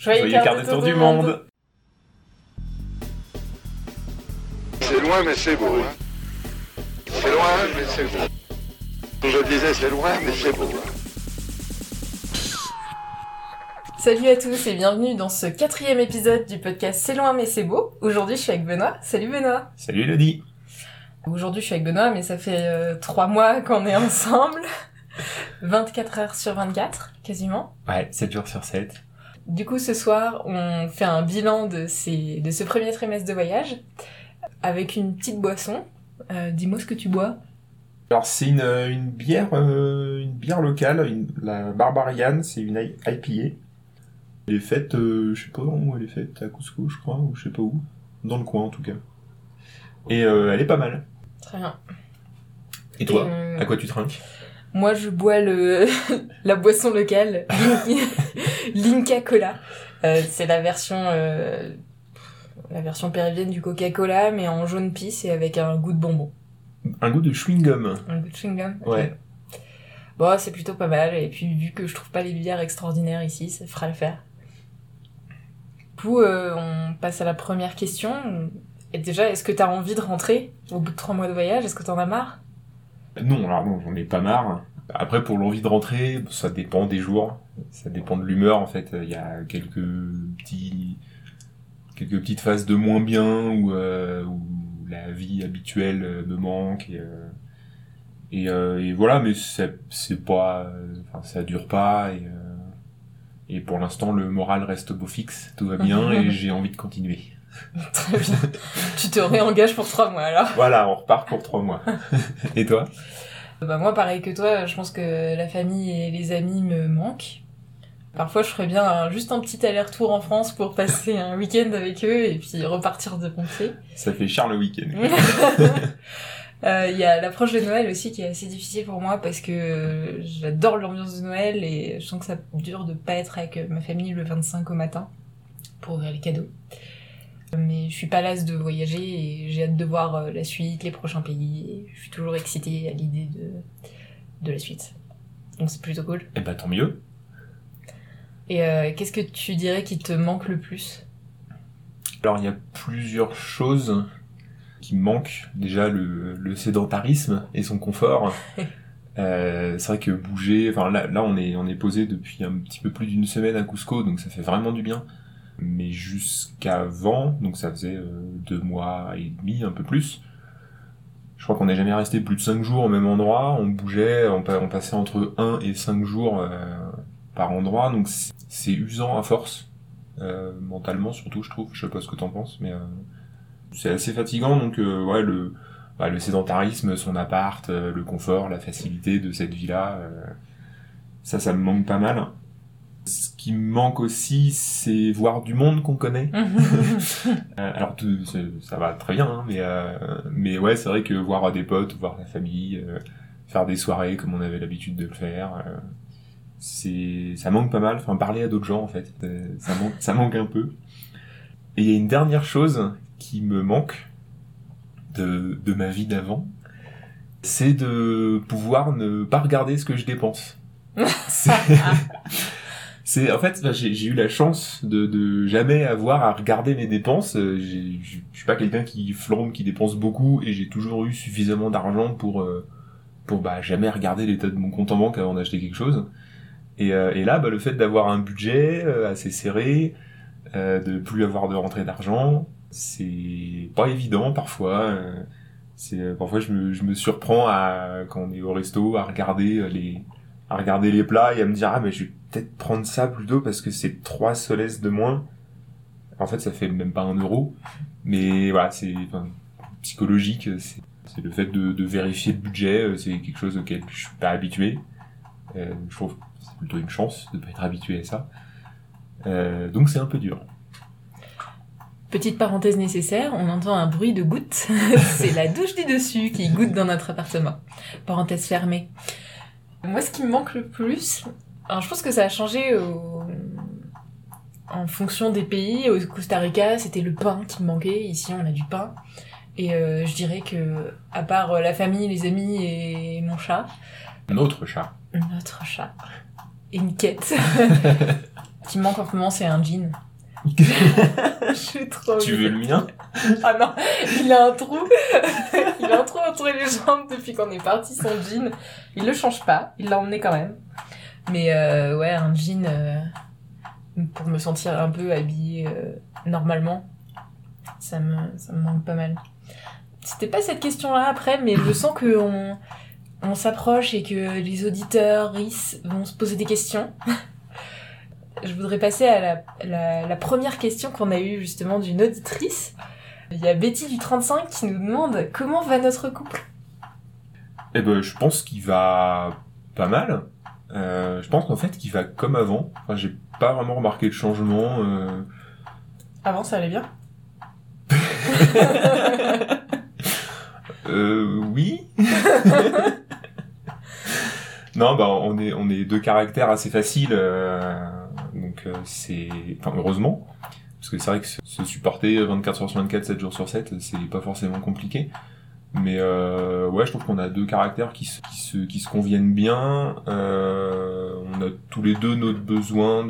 Joyeux quart de tour du monde. C'est loin mais c'est beau. C'est loin mais c'est beau. Je disais c'est loin mais c'est beau. Salut à tous et bienvenue dans ce 4e épisode du podcast C'est loin mais c'est beau. Aujourd'hui je suis avec Benoît. Salut Benoît. Salut Elodie. Aujourd'hui je suis avec Benoît mais ça fait 3 mois qu'on est ensemble. 24 heures sur 24 quasiment. Ouais, 7 jours sur 7. Du coup ce soir on fait un bilan de ce premier trimestre de voyage avec une petite boisson. Dis-moi ce que tu bois. Alors c'est une bière locale, la Barbarian, c'est une IPA. Elle est faite, je sais pas où elle est faite, à Cusco je crois, ou je sais pas où, dans le coin en tout cas. Et elle est pas mal. Très bien. Et toi, à quoi tu trinques ? Moi je bois la boisson locale, l'Inca Cola. C'est la version péruvienne du Coca-Cola mais en jaune pisse et avec un goût de bonbon. Un goût de chewing-gum. Un goût de chewing-gum. Okay. Ouais. Bon, c'est plutôt pas mal. Et puis, vu que je trouve pas les bières extraordinaires ici, ça fera l'affaire. Du coup, on passe à la première question. Et déjà, est-ce que t'as envie de rentrer au bout de 3 mois de voyage ? Est-ce que t'en as marre ? Non, alors non, j'en ai pas marre. Après, pour l'envie de rentrer, ça dépend des jours. Ça dépend de l'humeur, en fait. Il y a quelques petites phases de moins bien où la vie habituelle me manque et voilà, mais c'est pas, ça dure pas et pour l'instant le moral reste au beau fixe, tout va bien et j'ai envie de continuer. Très bien. Tu te réengages pour 3 mois alors. Voilà, on repart pour 3 mois. Et toi ? Moi pareil que toi, je pense que la famille et les amis me manquent. Parfois, je ferais bien juste un petit aller-retour en France pour passer un week-end avec eux et puis repartir de Poncé. Ça fait cher le week-end. Il y a l'approche de Noël aussi qui est assez difficile pour moi parce que j'adore l'ambiance de Noël et je sens que ça dure de pas être avec ma famille le 25 au matin pour ouvrir les cadeaux. Mais je suis pas lasse de voyager et j'ai hâte de voir la suite, les prochains pays et je suis toujours excitée à l'idée de la suite. Donc c'est plutôt cool. Eh ben tant mieux. Et qu'est-ce que tu dirais qui te manque le plus ? Alors il y a plusieurs choses qui me manquent. Déjà le sédentarisme et son confort. C'est vrai que bouger, enfin là on est posé depuis un petit peu plus d'une semaine à Cusco, donc ça fait vraiment du bien. Mais jusqu'avant, donc ça faisait 2 mois et demi, un peu plus. Je crois qu'on n'est jamais resté plus de 5 jours au même endroit. On bougeait, on passait entre 1 et 5 jours par endroit, donc c'est usant à force, mentalement surtout je trouve, je sais pas ce que t'en penses, mais c'est assez fatigant, donc ouais, le sédentarisme, son appart, le confort, la facilité de cette vie-là, ça me manque pas mal. Ce qui me manque aussi, c'est voir du monde qu'on connaît. Alors ça va très bien, hein, mais ouais, c'est vrai que voir des potes, voir la famille, faire des soirées comme on avait l'habitude de le faire, ça manque pas mal, enfin parler à d'autres gens en fait, ça manque un peu. Et il y a une dernière chose qui me manque de ma vie d'avant, c'est de pouvoir ne pas regarder ce que je dépense. En fait, j'ai eu la chance de jamais avoir à regarder mes dépenses. Je suis pas quelqu'un qui flambe, qui dépense beaucoup, et j'ai toujours eu suffisamment d'argent pour jamais regarder l'état de mon compte en banque avant d'acheter quelque chose. Et là, le fait d'avoir un budget assez serré, de plus avoir de rentrée d'argent, c'est pas évident parfois. Parfois je me surprends quand on est au resto à regarder les plats et à me dire mais je vais peut-être prendre ça plutôt parce que c'est 3 soles de moins. En fait, ça fait même pas 1 euro, mais voilà, c'est psychologique. C'est le fait de vérifier le budget, c'est quelque chose auquel je suis pas habitué. Je trouve que c'est plutôt une chance de pas être habitué à ça. Donc c'est un peu dur. Petite parenthèse nécessaire, on entend un bruit de gouttes. C'est la douche du dessus qui goutte dans notre appartement. Parenthèse fermée. Moi, ce qui me manque le plus, alors je pense que ça a changé en fonction des pays. Au Costa Rica, c'était le pain qui me manquait. Ici, on a du pain. Et je dirais que, à part la famille, les amis et mon chat... Notre chat. Notre chat. et une quête. Ce qui me manque en ce moment, c'est un jean. Je suis trop Tu veux le mien? Ah non, il a un trou. Il a un trou entre les jambes depuis qu'on est parti, son jean. Il le change pas, il l'a emmené quand même. Mais ouais, un jean pour me sentir un peu habillée normalement, ça me manque pas mal. C'était pas cette question-là après, mais je sens qu'on s'approche et que les auditeurs vont se poser des questions. Je voudrais passer à la première question qu'on a eue justement d'une auditrice. Il y a Betty du 35 qui nous demande comment va notre couple. Eh ben, je pense qu'il va pas mal. Je pense qu'en fait qu'il va comme avant. Enfin, j'ai pas vraiment remarqué de changement. Avant, ça allait bien. Oui. Non, bah on est deux caractères assez faciles, donc c'est, enfin heureusement, parce que c'est vrai que se supporter 24 heures sur 24, 7 jours sur 7, c'est pas forcément compliqué. Mais ouais, je trouve qu'on a deux caractères qui se conviennent bien. On a tous les deux notre besoin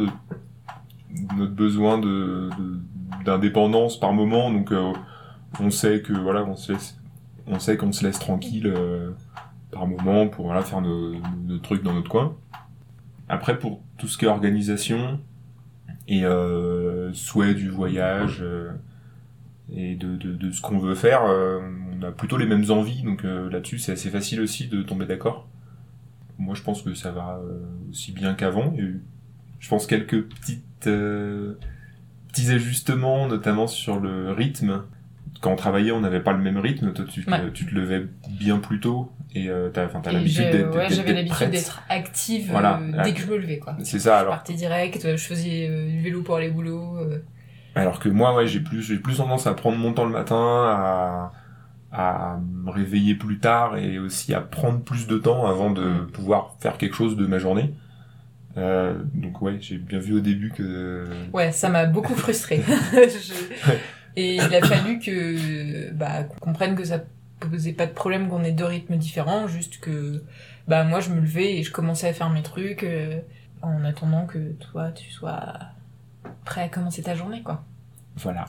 d'indépendance par moment, donc on sait que voilà, on sait qu'on se laisse tranquille par moment pour voilà faire nos trucs dans notre coin. Après, pour tout ce qui est organisation et souhait du voyage et de ce qu'on veut faire, on a plutôt les mêmes envies, donc là-dessus c'est assez facile aussi de tomber d'accord. Moi je pense que ça va aussi bien qu'avant. Il y a eu, je pense, quelques petits ajustements, notamment sur le rythme. Quand on travaillait, on n'avait pas le même rythme. Toi, tu te levais bien plus tôt et t'as l'habitude d'être j'avais l'habitude prête. D'être active voilà, dès que je me levais, quoi. C'est ça. Alors. Je partais direct, je faisais du vélo pour aller au boulot. Alors que moi, ouais, j'ai plus tendance à prendre mon temps le matin, à me réveiller plus tard et aussi à prendre plus de temps avant de pouvoir faire quelque chose de ma journée. Donc ouais, j'ai bien vu au début que... Ouais, ça m'a beaucoup frustrée. Et il a fallu qu'on comprenne que ça posait pas de problème qu'on ait deux rythmes différents, juste que moi je me levais et je commençais à faire mes trucs en attendant que toi tu sois prêt à commencer ta journée, quoi. Voilà.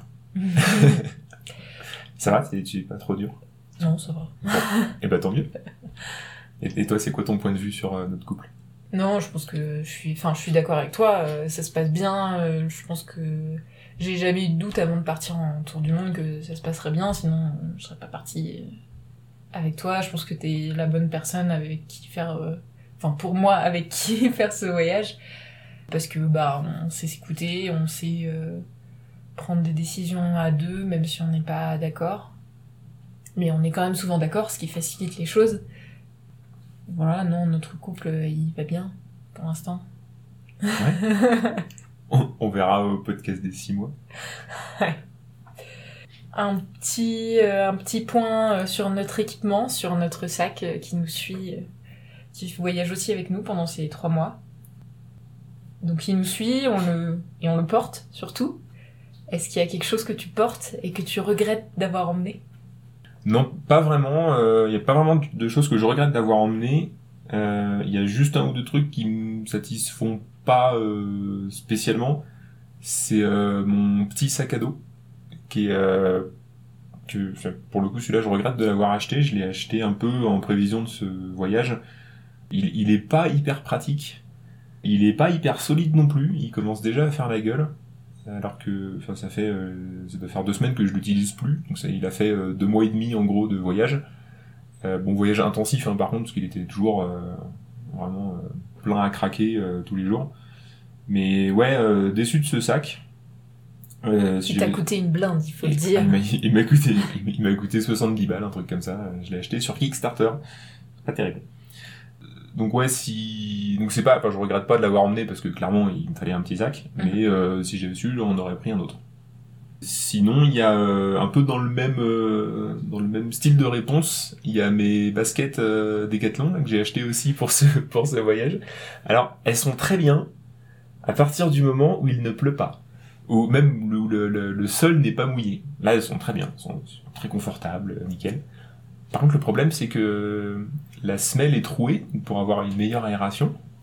Ça va, tu es pas trop dur? Non, ça va. Bon. Et tant mieux. Et toi, c'est quoi ton point de vue sur notre couple? Non, je pense que je suis d'accord avec toi, ça se passe bien, je pense que j'ai jamais eu de doute avant de partir en tour du monde que ça se passerait bien, sinon je serais pas partie avec toi. Je pense que t'es la bonne personne avec qui faire, pour moi, avec qui faire ce voyage, parce que on sait s'écouter, on sait prendre des décisions à deux, même si on n'est pas d'accord, mais on est quand même souvent d'accord, ce qui facilite les choses. Voilà, non, notre couple, il va bien, pour l'instant. Ouais. On verra au podcast des 6 mois. Ouais. Un petit point sur notre équipement, sur notre sac qui nous suit, qui voyage aussi avec nous pendant ces 3 mois. Donc il nous suit, on le porte surtout. Est-ce qu'il y a quelque chose que tu portes et que tu regrettes d'avoir emmené ? Non, pas vraiment. Il y a pas vraiment de choses que je regrette d'avoir emmené. Il y a juste un ou deux trucs qui me satisfont pas spécialement. C'est mon petit sac à dos qui est pour le coup, celui-là je regrette de l'avoir acheté. Je l'ai acheté un peu en prévision de ce voyage. Il est pas hyper pratique, il est pas hyper solide non plus, il commence déjà à faire la gueule, alors que ça doit faire 2 semaines que je l'utilise plus, donc il a fait 2 mois et demi en gros de voyage. Voyage intensif par contre, parce qu'il était toujours vraiment plein à craquer tous les jours. Mais ouais, déçu de ce sac. Il t'a coûté une blinde, il faut le dire. Il m'a coûté 70 balles, un truc comme ça. Je l'ai acheté sur Kickstarter. Pas terrible. Donc ouais, donc c'est pas, je regrette pas de l'avoir emmené parce que clairement il me fallait un petit sac, mais si j'avais su, on aurait pris un autre. Sinon, il y a un peu dans le même style de réponse, il y a mes baskets Decathlon que j'ai achetées aussi pour ce voyage. Alors, elles sont très bien à partir du moment où il ne pleut pas, ou même où le sol n'est pas mouillé. Là, elles sont très bien, elles sont très confortables, nickel. Par contre, le problème, c'est que la semelle est trouée pour avoir une meilleure aération,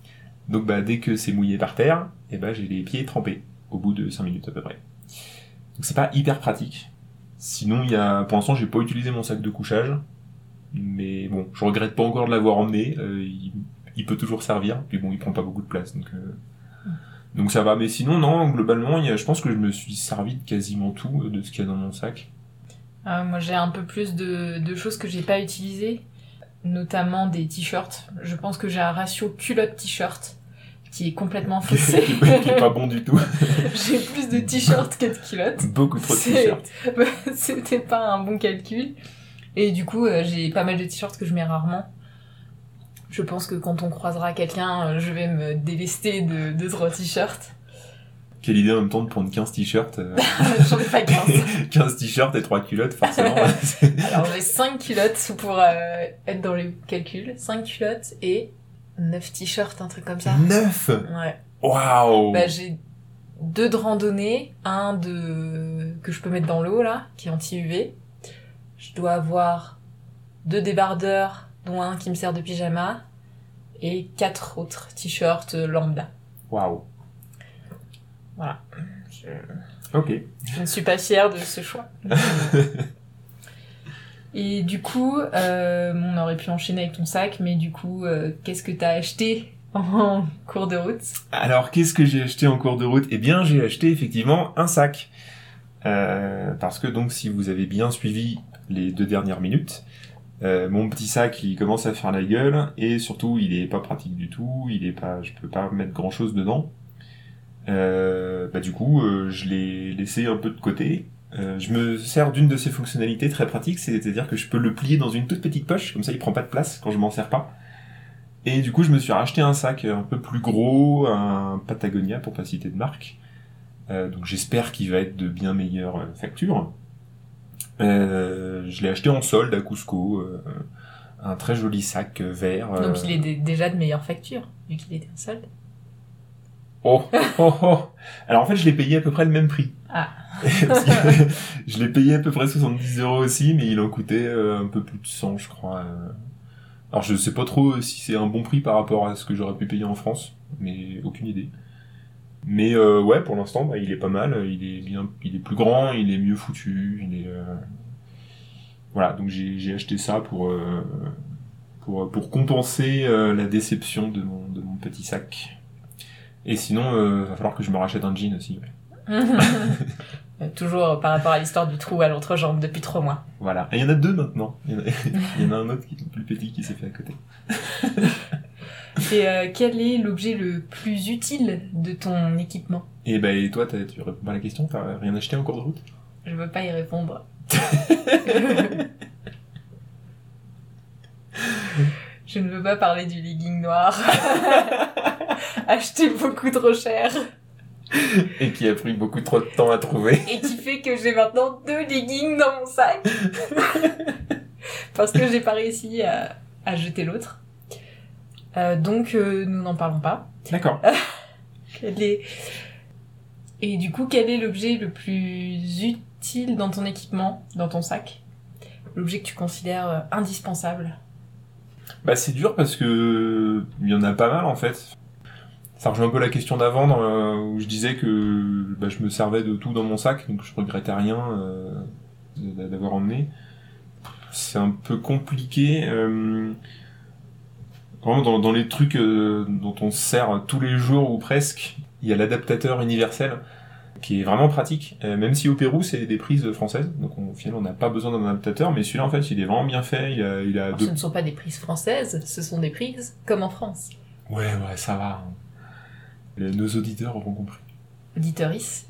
Donc dès que c'est mouillé par terre, j'ai les pieds trempés au bout de 5 minutes à peu près. Donc c'est pas hyper pratique. Sinon pour l'instant j'ai pas utilisé mon sac de couchage, mais bon, je regrette pas encore de l'avoir emmené. Il peut toujours servir. Puis bon, il prend pas beaucoup de place, donc ça va. Mais sinon non, globalement, je pense que je me suis servi de quasiment tout de ce qu'il y a dans mon sac. Moi j'ai un peu plus de choses que j'ai pas utilisées, notamment des t-shirts. Je pense que j'ai un ratio culotte-t-shirt qui est complètement faussé. qui est pas bon du tout. J'ai plus de t-shirts que de culottes. Beaucoup trop de t-shirts. C'était pas un bon calcul. Et du coup, j'ai pas mal de t-shirts que je mets rarement. Je pense que quand on croisera quelqu'un, je vais me délester de 2-3 t-shirts. Quelle idée en même temps de prendre 15 t-shirts. J'en ai pas 15. 15 t-shirts et 3 culottes, forcément. Alors j'ai 5 culottes pour être dans les calculs. 5 culottes et 9 t-shirts, un truc comme ça. 9 ? Ouais. Waouh ! J'ai 2 de randonnée, que je peux mettre dans l'eau, là, qui est anti-UV. Je dois avoir 2 débardeurs, dont un qui me sert de pyjama, et 4 autres t-shirts lambda. Waouh. Voilà. Ok. Je ne suis pas fière de ce choix. Et du coup, on aurait pu enchaîner avec ton sac, mais du coup, qu'est-ce que t'as acheté en cours de route ? Alors, qu'est-ce que j'ai acheté en cours de route ? Eh bien, j'ai acheté effectivement un sac. Parce que donc, si vous avez bien suivi les 2 dernières minutes, mon petit sac, il commence à faire la gueule, et surtout, il est pas pratique du tout, je peux pas mettre grand chose dedans. Du coup, je l'ai laissé un peu de côté. Je me sers d'une de ses fonctionnalités très pratiques, c'est-à-dire que je peux le plier dans une toute petite poche, comme ça il prend pas de place quand je m'en sers pas. Et du coup, je me suis racheté un sac un peu plus gros, un Patagonia pour pas citer de marque. Donc j'espère qu'il va être de bien meilleure facture. Je l'ai acheté en solde à Cusco, un très joli sac vert. Donc il est déjà de meilleure facture, vu qu'il était en solde. Oh. Alors en fait, je l'ai payé à peu près le même prix. Ah. Je l'ai payé à peu près 70 € aussi, mais il en coûtait un peu plus de 100, je crois. Alors je sais pas trop si c'est un bon prix par rapport à ce que j'aurais pu payer en France, mais aucune idée. Mais ouais, pour l'instant, il est pas mal. Il est plus grand, il est mieux foutu. Voilà, donc j'ai acheté ça pour compenser la déception de mon petit sac. Et sinon, va falloir que je me rachète un jean aussi. Ouais. Toujours par rapport à l'histoire du trou à l'entrejambe depuis 3 mois. Voilà. Et il y en a 2 maintenant. Il y en a un autre qui est plus petit qui s'est fait à côté. Et quel est l'objet le plus utile de ton équipement ? Et toi, tu réponds pas à la question ? T'as rien acheté en cours de route ? Je veux pas y répondre. Je ne veux pas parler du legging noir. Acheté beaucoup trop cher. Et qui a pris beaucoup trop de temps à trouver. Et qui fait que j'ai maintenant 2 leggings dans mon sac. Parce que j'ai pas réussi à jeter l'autre. Donc nous n'en parlons pas. D'accord. Et du coup, quel est l'objet le plus utile dans ton équipement, dans ton sac ? L'objet que tu considères indispensable ? C'est dur parce que il y en a pas mal en fait. Ça rejoint un peu la question d'avant où je disais que je me servais de tout dans mon sac, donc je regrettais rien d'avoir emmené. C'est un peu compliqué. Vraiment dans les trucs dont on se sert tous les jours ou presque, il y a l'adaptateur universel qui est vraiment pratique, même si au Pérou c'est des prises françaises, donc au final on n'a pas besoin d'un adaptateur, mais celui-là en fait il est vraiment bien fait. Alors, ce ne sont pas des prises françaises, ce sont des prises comme en France. Ouais, ça va. Nos auditeurs auront compris. Auditeuris.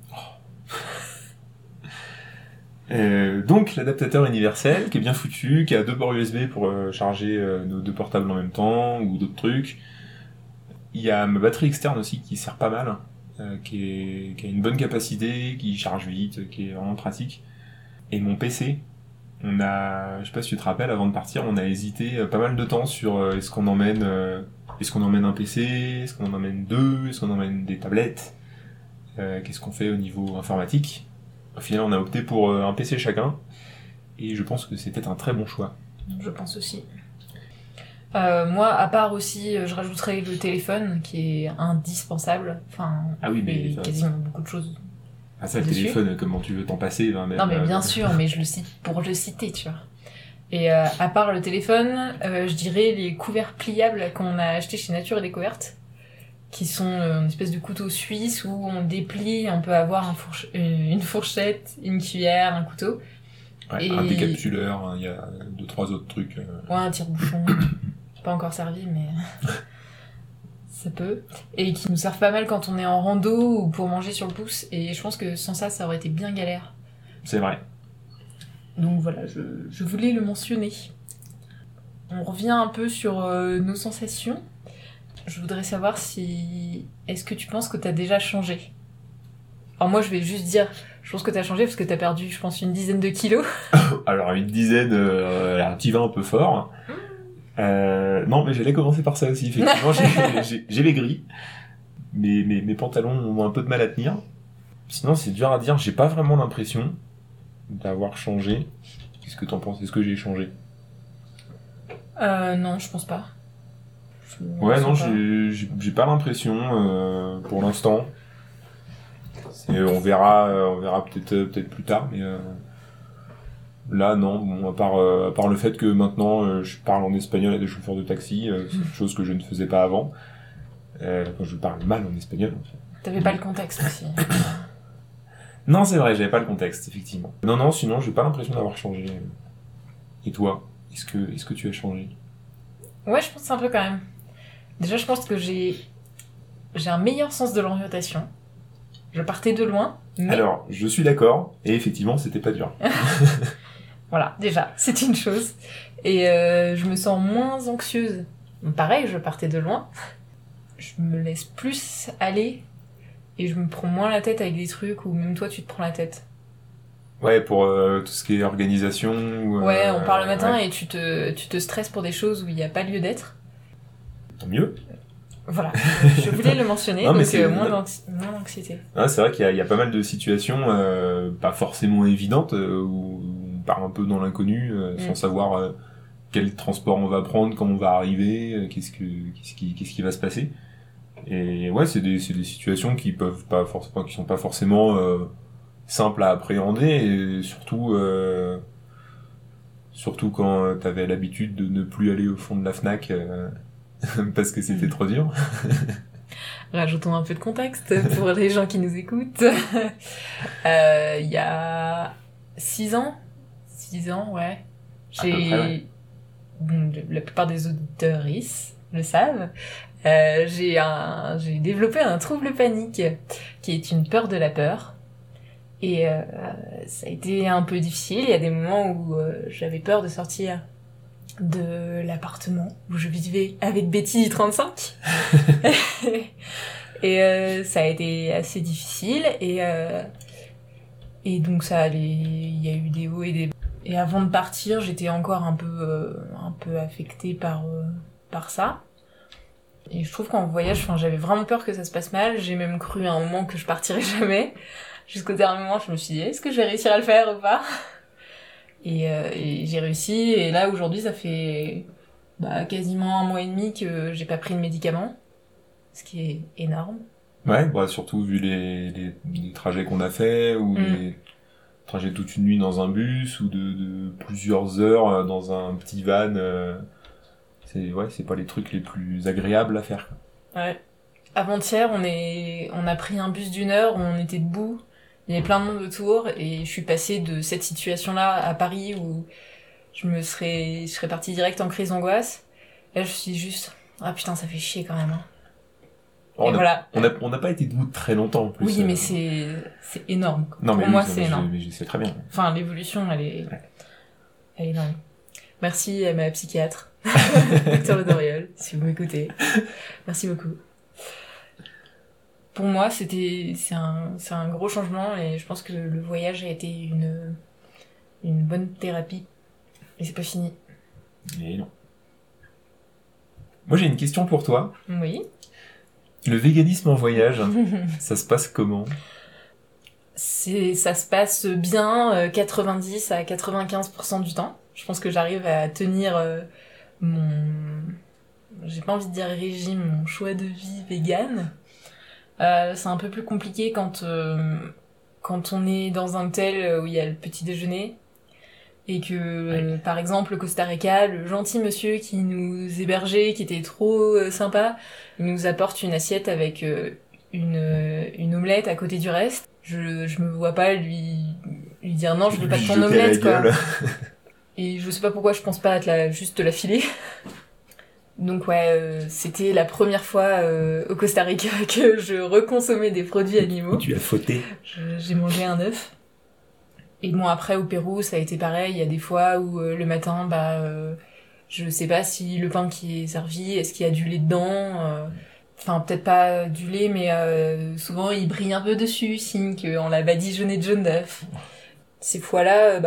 Donc l'adaptateur universel qui est bien foutu, qui a 2 ports USB pour charger nos 2 portables en même temps ou d'autres trucs. Il y a ma batterie externe aussi qui sert pas mal, qui a une bonne capacité, qui charge vite, qui est vraiment pratique. Et mon PC, je sais pas si tu te rappelles, avant de partir, on a hésité pas mal de temps sur est-ce qu'on emmène un PC, est-ce qu'on en emmène 2, est-ce qu'on emmène des tablettes, qu'est-ce qu'on fait au niveau informatique. Au final, on a opté pour un PC chacun, et je pense que c'était un très bon choix. Je pense aussi. Moi, à part aussi, je rajouterais le téléphone, qui est indispensable. Enfin, Ah oui, mais et ça- quasiment beaucoup de choses. Ah ça, le Dessus. téléphone, comment tu veux t'en passer même, Non, mais bien sûr, mais je le cite pour le citer, tu vois. Et à part le téléphone, je dirais les couverts pliables qu'on a achetés chez Nature et Découverte, qui sont une espèce de couteau suisse où on déplie, on peut avoir une fourchette, une cuillère, un couteau. Ouais, Et- un décapsuleur, hein, il y a 2-3 autres trucs. Ouais, un tire-bouchon. Pas encore servi, mais ça peut. Et qui nous servent pas mal quand on est en rando ou pour manger sur le pouce. Et je pense que sans ça, ça aurait été bien galère. C'est vrai. Donc voilà, je voulais le mentionner. On revient un peu sur nos sensations. Je voudrais savoir si... Est-ce que tu penses que t'as déjà changé ? Alors moi, je vais juste dire, je pense que t'as changé parce que t'as perdu, je pense, une dizaine de kilos. Alors une dizaine, un petit vin un peu fort. Non, mais j'allais commencer par ça aussi, effectivement. J'ai maigri. Mes pantalons ont un peu de mal à tenir. Sinon, c'est dur à dire. J'ai pas vraiment l'impression d'avoir changé. Qu'est-ce que t'en penses ? Est-ce que j'ai changé ? Non, je pense pas. Ouais, non, sais pas. j'ai pas l'impression pour l'instant. On verra peut-être plus tard, mais là non. Bon, à part le fait que maintenant je parle en espagnol à des chauffeurs de taxi, c'est une chose que je ne faisais pas avant. Quand je parle mal en espagnol. T'avais pas le contexte aussi. Non, c'est vrai, j'avais pas le contexte, effectivement. Non, sinon j'ai pas l'impression d'avoir changé. Et toi, est-ce que tu as changé ? Ouais, je pense un peu quand même. Déjà, je pense que j'ai un meilleur sens de l'orientation. Je partais de loin, mais Alors, je suis d'accord, et effectivement, c'était pas dur. voilà, déjà, c'est une chose. Et je me sens moins anxieuse. Pareil, je partais de loin. Je me laisse plus aller et je me prends moins la tête avec des trucs où même toi, tu te prends la tête. Ouais, pour tout ce qui est organisation. Ouais, on part le matin ouais. et tu te stresses pour des choses où il n'y a pas lieu d'être. Tant mieux. Voilà, je voulais le mentionner, Non, mais donc c'est- moins d'anxiété. Ah, c'est vrai qu'il y a pas mal de situations pas forcément évidentes où on part un peu dans l'inconnu sans savoir quel transport on va prendre, quand on va arriver, qu'est-ce qui va se passer. Et ouais, c'est des situations qui peuvent pas forcément, qui sont pas forcément simples à appréhender, et surtout quand t'avais l'habitude de ne plus aller au fond de la Fnac parce que c'était trop dur. Rajoutons un peu de contexte pour les gens qui nous écoutent. Il y a 6 ans, ouais, À peu près, ouais. Bon, la plupart des auditeuristes le savent, j'ai développé un trouble panique, qui est une peur de la peur. Et ça a été un peu difficile. Il y a des moments où j'avais peur de sortir de l'appartement où je vivais avec Betty 35. Et ça a été assez difficile. Et donc ça allait, il y a eu des hauts et des bas. Et avant de partir, j'étais encore un peu affectée par ça. Et je trouve qu'en voyage, j'avais vraiment peur que ça se passe mal. J'ai même cru à un moment que je partirais jamais. Jusqu'au dernier moment, je me suis dit, est-ce que je vais réussir à le faire ou pas ? Et j'ai réussi. Et là, aujourd'hui, ça fait quasiment 1 mois et demi que j'ai pas pris de médicaments. Ce qui est énorme. Ouais, bah, surtout vu les trajets qu'on a fait, ou les trajets toute une nuit dans un bus, ou de plusieurs heures dans un petit van. C'est pas les trucs les plus agréables à faire, quoi. Ouais. Avant-hier, on a pris un bus d'1 heure où on était debout. Il y avait plein de monde autour et je suis passée de cette situation-là à Paris où je serais partie direct en crise d'angoisse. Et là, je me suis dit juste, ah putain, ça fait chier quand même. Hein. On voilà. n'a pas été debout très longtemps en plus. Oui, mais c'est énorme. Non, Pour mais moi, oui, c'est énorme. Mais je sais très bien. Enfin, l'évolution, elle est énorme. Merci à ma psychiatre, Victor Doriol, si vous m'écoutez. Merci beaucoup. Pour moi, c'est un gros changement et je pense que le voyage a été une bonne thérapie. Et c'est pas fini. Et non. Moi, j'ai une question pour toi. Oui. Le véganisme en voyage, ça se passe comment ? Ça se passe bien 90 à 95% du temps. Je pense que j'arrive à tenir j'ai pas envie de dire régime, mon choix de vie vegan. C'est un peu plus compliqué quand on est dans un hôtel où il y a le petit déjeuner et que, par exemple, au Costa Rica, le gentil monsieur qui nous hébergeait, qui était trop sympa, il nous apporte une assiette avec une omelette à côté du reste. Je me vois pas lui dire non, je veux pas de ton omelette, quoi. Et je sais pas pourquoi je pense pas juste te la filer. Donc ouais, c'était la première fois au Costa Rica que je reconsommais des produits animaux. Tu as fauté. J'ai mangé un œuf. Et bon, après, au Pérou, ça a été pareil. Il y a des fois où le matin, je sais pas si le pain qui est servi, est-ce qu'il y a du lait dedans. Enfin, peut-être pas du lait, mais souvent, il brille un peu dessus, signe qu'on l'a badigeonné de jaune d'œuf. Ces fois-là,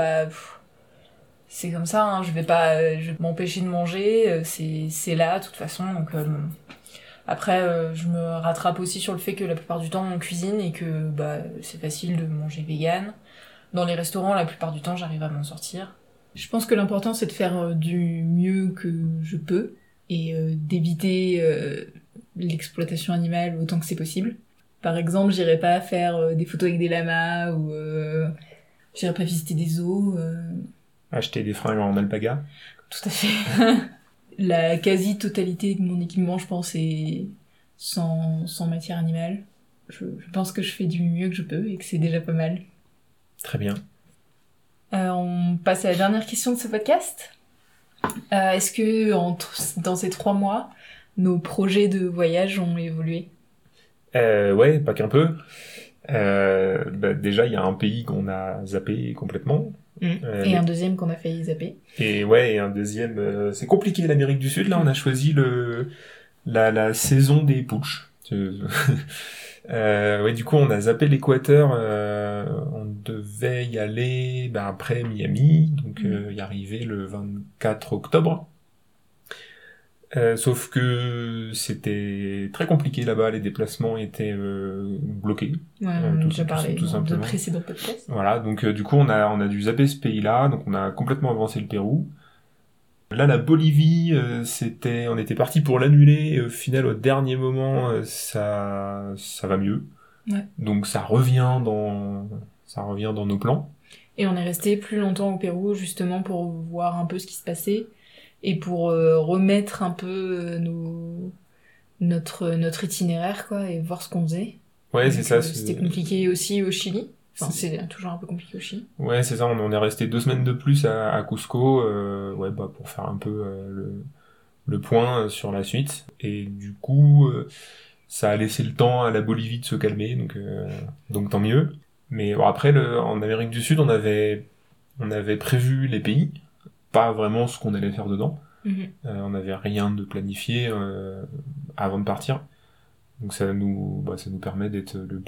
c'est comme ça, hein, je vais m'empêcher de manger, c'est là, de toute façon, donc après, je me rattrape aussi sur le fait que la plupart du temps, on cuisine et que, c'est facile de manger vegan. Dans les restaurants, la plupart du temps, j'arrive à m'en sortir. Je pense que l'important, c'est de faire du mieux que je peux et d'éviter l'exploitation animale autant que c'est possible. Par exemple, j'irai pas faire des photos avec des lamas ou j'irai pas visiter des zoos. Acheter des fringues en alpaga. Tout à fait. La quasi-totalité de mon équipement, je pense, est sans matière animale. Je pense que je fais du mieux que je peux et que c'est déjà pas mal. Très bien. On passe à la dernière question de ce podcast. Est-ce que dans ces 3 mois, nos projets de voyage ont évolué ? Ouais, pas qu'un peu. Déjà, il y a un pays qu'on a zappé complètement. Et un deuxième qu'on a failli zapper. Et un deuxième... c'est compliqué, l'Amérique du Sud. Là, on a choisi la saison des putschs. Du coup, on a zappé l'Équateur. On devait y aller après Miami, donc y arriver le 24 octobre. Sauf que c'était très compliqué là-bas, les déplacements étaient bloqués. Ouais, on a déjà parlé tout dans de précédents podcasts. Voilà, donc du coup on a dû zapper ce pays-là, donc on a complètement avancé le Pérou. Là, la Bolivie, on était parti pour l'annuler, et au final, au dernier moment, ça va mieux. Ouais. Donc ça revient dans nos plans. Et on est resté plus longtemps au Pérou, justement, pour voir un peu ce qui se passait. Et pour remettre un peu notre itinéraire, quoi, et voir ce qu'on faisait. Ouais, donc, c'est ça. C'était compliqué aussi au Chili. Enfin, c'est toujours un peu compliqué au Chili. Ouais, c'est ça. On est resté 2 semaines de plus à Cusco, pour faire un peu le point sur la suite. Et du coup, ça a laissé le temps à la Bolivie de se calmer, donc tant mieux. Mais bon, après, en Amérique du Sud, on avait prévu les pays. Pas vraiment ce qu'on allait faire dedans. On n'avait rien de planifié avant de partir. Donc ça nous permet d'être le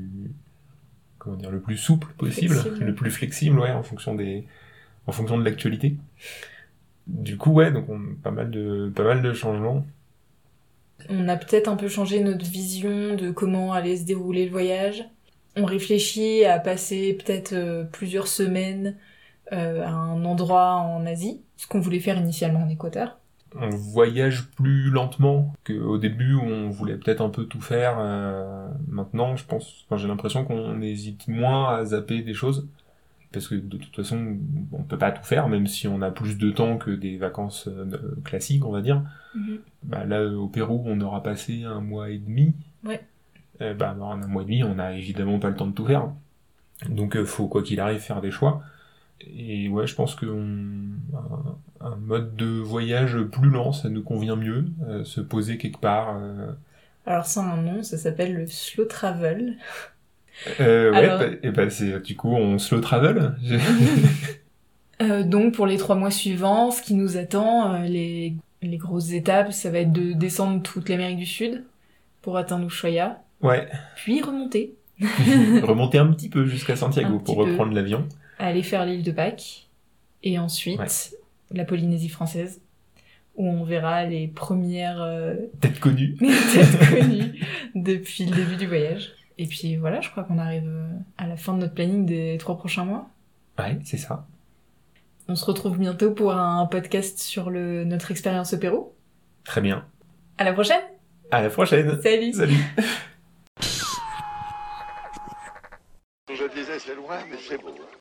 plus souple possible, flexible. Le plus flexible, en fonction de l'actualité. Du coup, donc pas mal de changements. On a peut-être un peu changé notre vision de comment allait se dérouler le voyage. On réfléchit à passer peut-être plusieurs semaines à un endroit en Asie, ce qu'on voulait faire initialement en Équateur. On voyage plus lentement qu'au début où on voulait peut-être un peu tout faire. Maintenant, j'ai l'impression qu'on hésite moins à zapper des choses, parce que de toute façon, on peut pas tout faire, même si on a plus de temps que des vacances classiques, on va dire. Là, au Pérou, on aura passé 1 mois et demi. Ouais. En 1 mois et demi, on n'a évidemment pas le temps de tout faire. Donc, faut quoi qu'il arrive faire des choix. Et ouais, je pense un mode de voyage plus lent, ça nous convient mieux, se poser quelque part. Alors ça a un nom, ça s'appelle le slow travel. C'est du coup on slow travel. Donc pour les 3 mois suivants, ce qui nous attend, les grosses étapes, ça va être de descendre toute l'Amérique du Sud pour atteindre Ushuaia. Ouais. Puis remonter. Remonter un petit peu jusqu'à Santiago pour reprendre l'avion. Aller faire l'île de Pâques, et ensuite la Polynésie française, où on verra les premières têtes connues depuis le début du voyage. Et puis voilà, je crois qu'on arrive à la fin de notre planning des 3 prochains mois. Ouais, c'est ça. On se retrouve bientôt pour un podcast sur notre expérience au Pérou. Très bien. À la prochaine. À la prochaine. Salut. Salut. Je disais c'est loin, mais c'est beau.